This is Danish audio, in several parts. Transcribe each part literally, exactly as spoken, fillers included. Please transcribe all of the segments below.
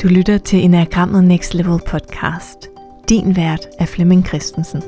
Du lytter til Enneagrammet Next Level podcast. Din vært er Flemming Christensen.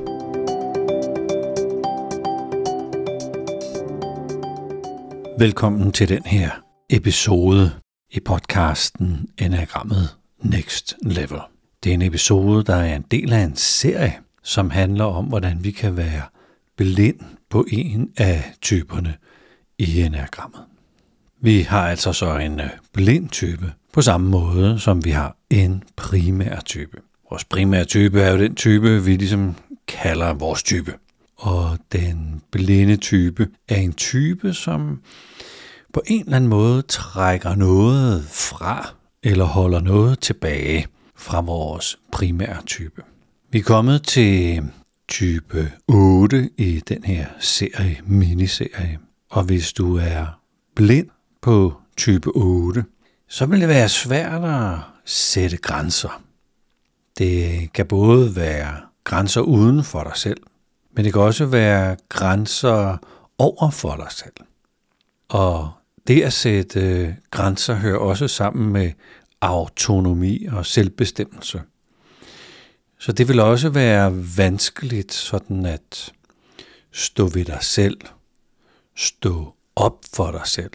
Velkommen til den her episode i podcasten Enneagrammet Next Level. Det er en episode, der er en del af en serie, som handler om, hvordan vi kan være blind på en af typerne i Enneagrammet. Vi har altså så en blind type, på samme måde som vi har en primær type. Vores primære type er jo den type, vi ligesom kalder vores type. Og den blinde type er en type, som på en eller anden måde trækker noget fra, eller holder noget tilbage fra vores primære type. Vi er kommet til type otte i den her serie, miniserie. Og hvis du er blind på type otte, så vil det være svært at sætte grænser. Det kan både være grænser uden for dig selv, men det kan også være grænser over for dig selv. Og det at sætte grænser hører også sammen med autonomi og selvbestemmelse. Så det vil også være vanskeligt sådan at stå ved dig selv, stå op for dig selv.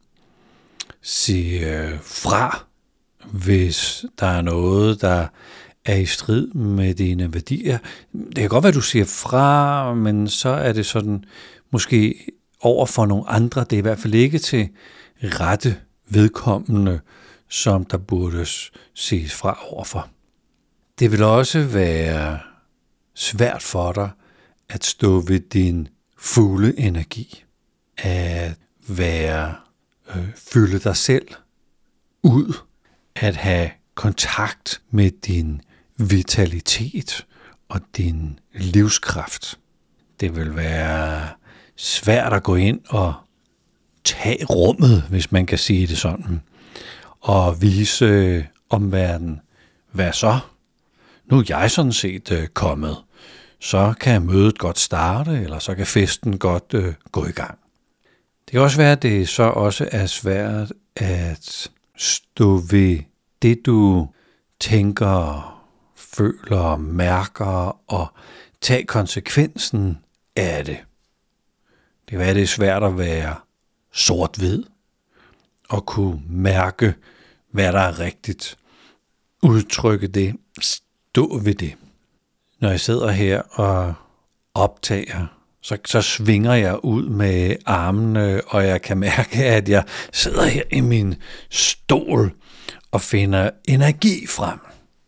Sige fra, hvis der er noget, der er i strid med dine værdier. Det kan godt være, at du siger fra, men så er det sådan måske over for nogle andre. Det er i hvert fald ikke til rette vedkommende, som der burde ses fra overfor. Det vil også være svært for dig at stå ved din fulde energi. At være øh, fylde dig selv ud. At have kontakt med din vitalitet og din livskraft. Det vil være svært at gå ind og tage rummet, hvis man kan sige det sådan, og vise omverdenen, hvad så? Nu er jeg sådan set øh, kommet. Så kan mødet godt starte, eller så kan festen godt øh, gå i gang. Det kan også være, at det så også er svært at stå ved det, du tænker, føler, mærker, og tage konsekvensen af det. Det kan være, at det er svært at være sort-hvid, og kunne mærke, hvad der er rigtigt. Udtrykke det, stå ved det. Når jeg sidder her og optager, så, så svinger jeg ud med armene, og jeg kan mærke, at jeg sidder her i min stol og finder energi frem.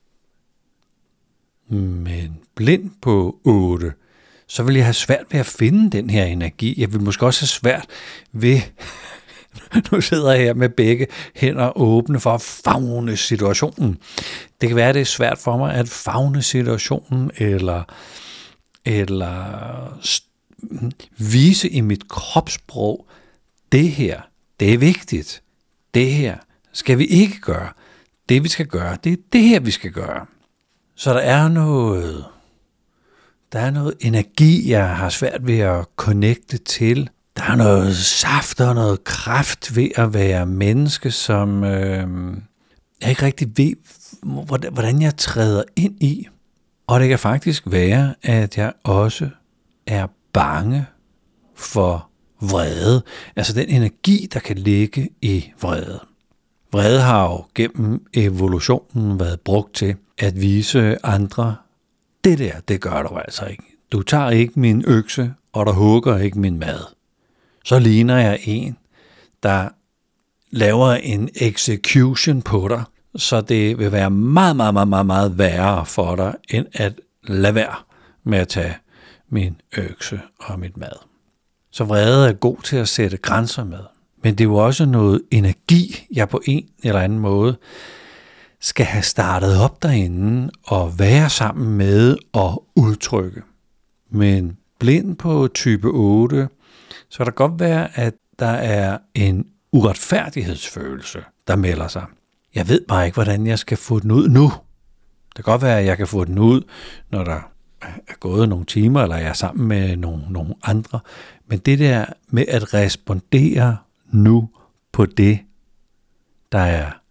Men blind på otte, så vil jeg have svært ved at finde den her energi. Jeg vil måske også have svært ved, nu sidder jeg her med begge hænder åbne for at favne situationen. Det kan være, at det er svært for mig at favne situationen, eller, eller vise i mit kropssprog, det her, det er vigtigt. Det her skal vi ikke gøre. Det vi skal gøre, det er det her, vi skal gøre. Så der er noget, der er noget energi, jeg har svært ved at connecte til. Der er noget saft og noget kraft ved at være menneske, som øh, jeg ikke rigtig ved, hvordan jeg træder ind i. Og det kan faktisk være, at jeg også er bange for vrede. Altså den energi, der kan ligge i vrede. Vrede har jo gennem evolutionen været brugt til at vise andre, det der, det gør du altså ikke. Du tager ikke min økse, og der hugger ikke min mad. Så ligner jeg en, der laver en execution på dig, så det vil være meget, meget, meget, meget, meget værre for dig, end at lade være med at tage min økse og mit mad. Så vrede er god til at sætte grænser med. Men det er jo også noget energi, jeg på en eller anden måde skal have startet op derinde og være sammen med og udtrykke. Men blind på type otte, så kan det godt være, at der er en uretfærdighedsfølelse, der melder sig. Jeg ved bare ikke, hvordan jeg skal få den ud nu. Det kan godt være, at jeg kan få den ud, når der er gået nogle timer, eller jeg er sammen med nogle, nogle andre. Men det der med at respondere nu på det, der er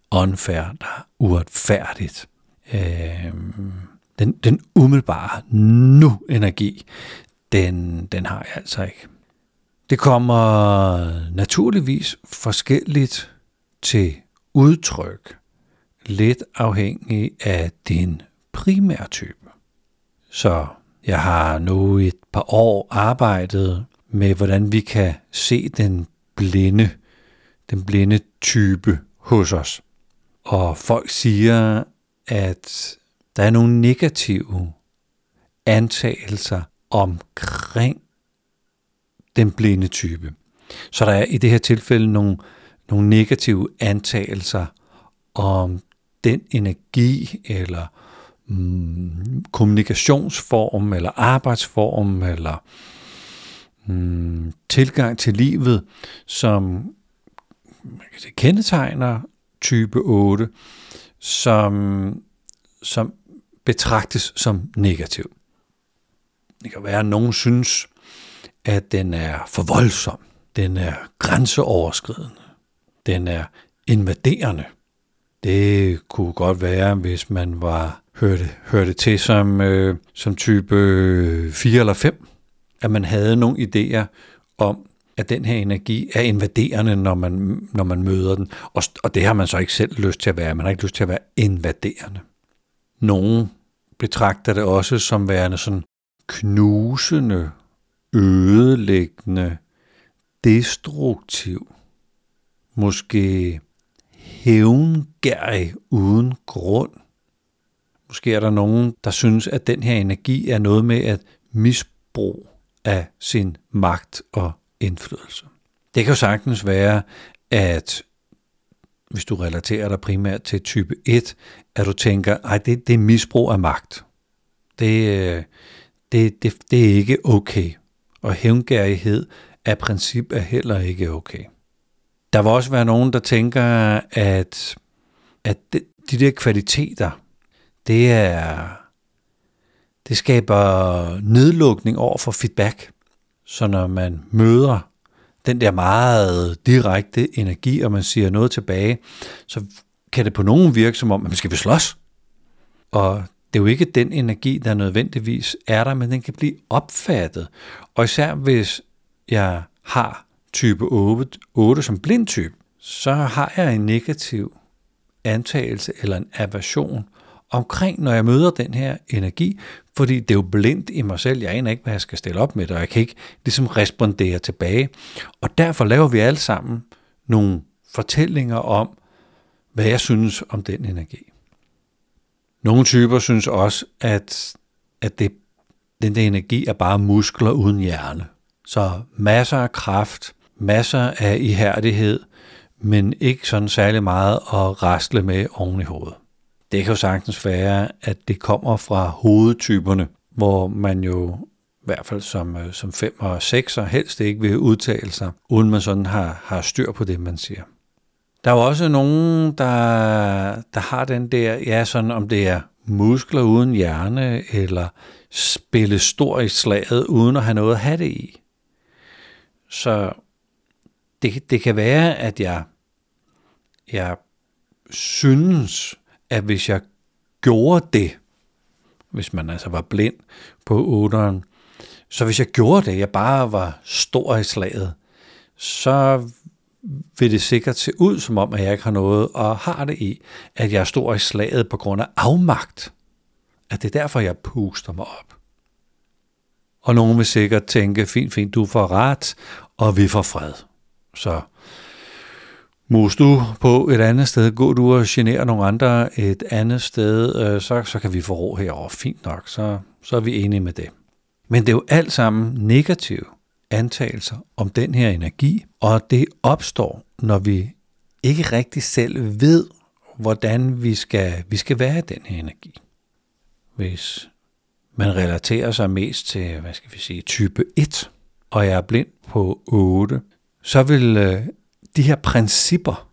unfair, der er uretfærdigt. Øh, den, den umiddelbare nu-energi, den, den har jeg altså ikke. Det kommer naturligvis forskelligt til udtryk, lidt afhængig af din primære type. Så jeg har nu et par år arbejdet med, hvordan vi kan se den blinde, den blinde type hos os. Og folk siger, at der er nogle negative antagelser omkring den blinde type. Så der er i det her tilfælde nogle, nogle negative antagelser om den energi, eller mm, kommunikationsform, eller arbejdsform, eller mm, tilgang til livet, som man kan sige, kendetegner type otte, som, som betragtes som negativ. Det kan være, at nogen synes, at den er for voldsom, den er grænseoverskridende, den er invaderende. Det kunne godt være, hvis man var hørte, hørte til som, øh, som type fire eller fem, at man havde nogle idéer om, at den her energi er invaderende, når man, når man møder den. Og, og det har man så ikke selv lyst til at være. Man har ikke lyst til at være invaderende. Nogle betragter det også som værende sådan knusende, ødelæggende, destruktiv, måske hævngærig uden grund. Måske er der nogen, der synes, at den her energi er noget med at misbruge af sin magt og indflydelse. Det kan jo sagtens være, at hvis du relaterer dig primært til type et, at du tænker, at det, det er misbrug af magt. Det, det, det, det er ikke okay. Og hævngærighed af princip er heller ikke okay. Der vil også være nogen, der tænker, at, at de, de der kvaliteter, det er, det skaber nedlukning over for feedback. Så når man møder den der meget direkte energi, og man siger noget tilbage, så kan det på nogen virke som om, at man skal vi slås. Og det er jo ikke den energi, der nødvendigvis er der, men den kan blive opfattet. Og især hvis jeg har type otte som blind type, så har jeg en negativ antagelse eller en aversion omkring, når jeg møder den her energi, fordi det er jo blindt i mig selv. Jeg aner ikke, hvad jeg skal stille op med det, og jeg kan ikke ligesom respondere tilbage. Og derfor laver vi alle sammen nogle fortællinger om, hvad jeg synes om den energi. Nogle typer synes også, at, at det, den der energi er bare muskler uden hjerne. Så masser af kraft, masser af ihærdighed, men ikke sådan særlig meget at rastle med oven i hovedet. Det kan jo sagtens være, at det kommer fra hovedtyperne, hvor man jo i hvert fald som, som fem og sekser helst ikke vil udtale sig, uden man sådan har, har styr på det, man siger. Der er jo også nogen, der, der har den der, ja, sådan om det er muskler uden hjerne, eller spille stor i slaget, uden at have noget at have det i. Så det, det kan være, at jeg, jeg synes, at hvis jeg gjorde det, hvis man altså var blind på otteren, så hvis jeg gjorde det, jeg bare var stor i slaget, så vil det sikkert se ud som om, at jeg ikke har noget og har det i, at jeg er stor i slaget på grund af afmagt. At det er derfor, jeg puster mig op. Og nogen vil sikkert tænke, fint, fint, du får ret, og vi får fred. Så mus du på et andet sted, gå du og generer nogle andre et andet sted, så, så kan vi få ro herover. Fint nok, så, så er vi enige med det. Men det er jo alt sammen negative antagelser om den her energi, og det opstår, når vi ikke rigtig selv ved, hvordan vi skal, vi skal være den her energi. Hvis man relaterer sig mest til, hvad skal vi sige, type et, og jeg er blind på otte, så vil øh, de her principper,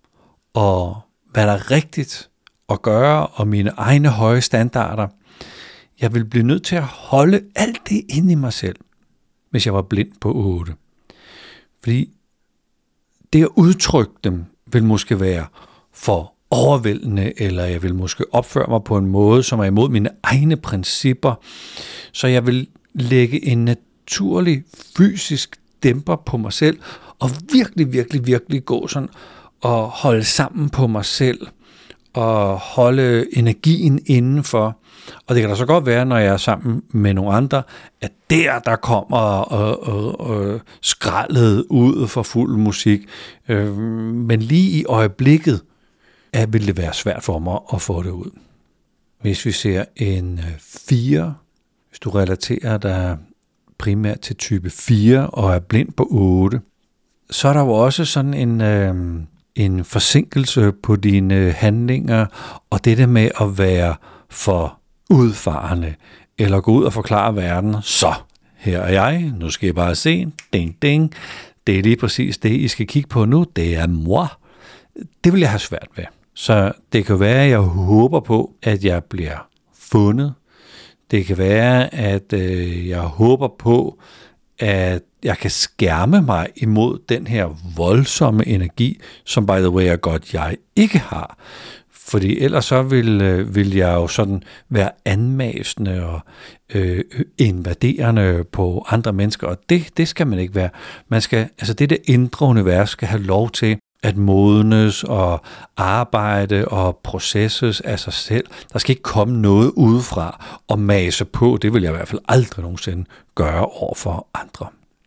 og hvad der er rigtigt at gøre, og mine egne høje standarder, jeg vil blive nødt til at holde alt det inde i mig selv, hvis jeg var blind på otte. Fordi det at udtrykke dem, vil måske være for overvældende, eller jeg vil måske opføre mig på en måde, som er imod mine egne principper. Så jeg vil lægge en naturlig fysisk dæmper på mig selv, og virkelig, virkelig, virkelig gå sådan og holde sammen på mig selv, og holde energien indenfor. Og det kan da så godt være, når jeg er sammen med nogle andre, at der, der kommer og, og, og skraldet ud for fuld musik. Øh, men lige i øjeblikket, at vil det være svært for mig at få det ud. Hvis vi ser en fire, hvis du relaterer dig primært til type fire og er blind på otte, så er der jo også sådan en, øh, en forsinkelse på dine handlinger, og det der med at være for udfarende, eller gå ud og forklare verden, så her er jeg, nu skal I bare se, ding ding, det er lige præcis det, I skal kigge på nu, det er moi. Det vil jeg have svært ved. Så det kan være, at jeg håber på, at jeg bliver fundet. Det kan være, at øh, jeg håber på, at jeg kan skærme mig imod den her voldsomme energi, som by the way er godt, jeg ikke har. Fordi ellers så vil, øh, vil jeg jo sådan være anmasende og øh, invaderende på andre mennesker, og det, det skal man ikke være. Man skal, altså det der indre univers skal have lov til at modnes og arbejde og processes af sig selv. Der skal ikke komme noget udefra og mase på. Det vil jeg i hvert fald aldrig nogensinde gøre over for andre.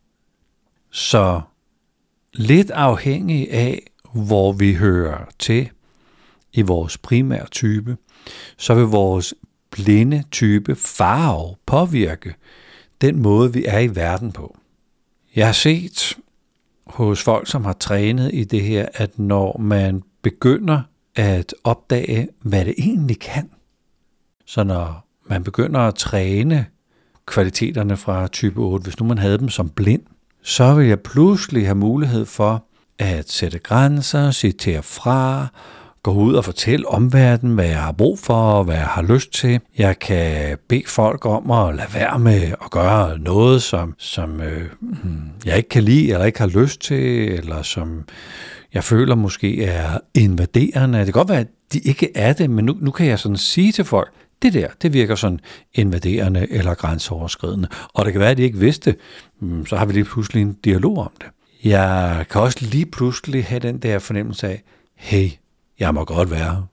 Så lidt afhængig af, hvor vi hører til i vores primære type, så vil vores blinde type farve påvirke den måde, vi er i verden på. Jeg har set hos folk, som har trænet i det her, at når man begynder at opdage, hvad det egentlig kan, så når man begynder at træne kvaliteterne fra type otte, hvis nu man havde dem som blind, så vil jeg pludselig have mulighed for at sætte grænser, citere fra, gå ud og fortælle omverdenen, hvad jeg har brug for, og hvad jeg har lyst til. Jeg kan bede folk om at lade være med at gøre noget, som, som øh, jeg ikke kan lide, eller ikke har lyst til, eller som jeg føler måske er invaderende. Det kan godt være, at de ikke er det, men nu, nu kan jeg sådan sige til folk, det der, det virker sådan invaderende eller grænseoverskridende. Og det kan være, at de ikke vidste, så har vi lige pludselig en dialog om det. Jeg kan også lige pludselig have den der fornemmelse af, hey, jeg må godt være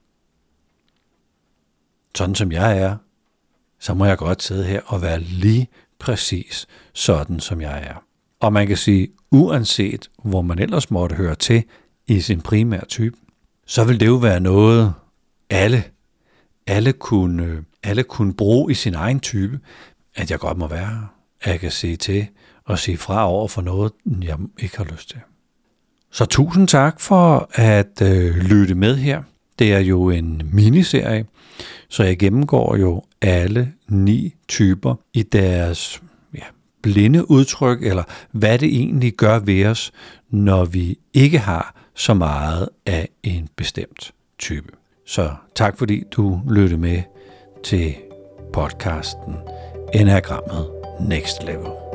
sådan, som jeg er. Så må jeg godt sidde her og være lige præcis sådan, som jeg er. Og man kan sige, uanset hvor man ellers måtte høre til i sin primære type, så vil det jo være noget, alle, alle, kunne, alle kunne bruge i sin egen type, at jeg godt må være. At jeg kan sige til og sige fra over for noget, jeg ikke har lyst til. Så tusind tak for at øh, lytte med her. Det er jo en miniserie, så jeg gennemgår jo alle ni typer i deres ja, blinde udtryk, eller hvad det egentlig gør ved os, når vi ikke har så meget af en bestemt type. Så tak fordi du lyttede med til podcasten Enagrammet Next Level.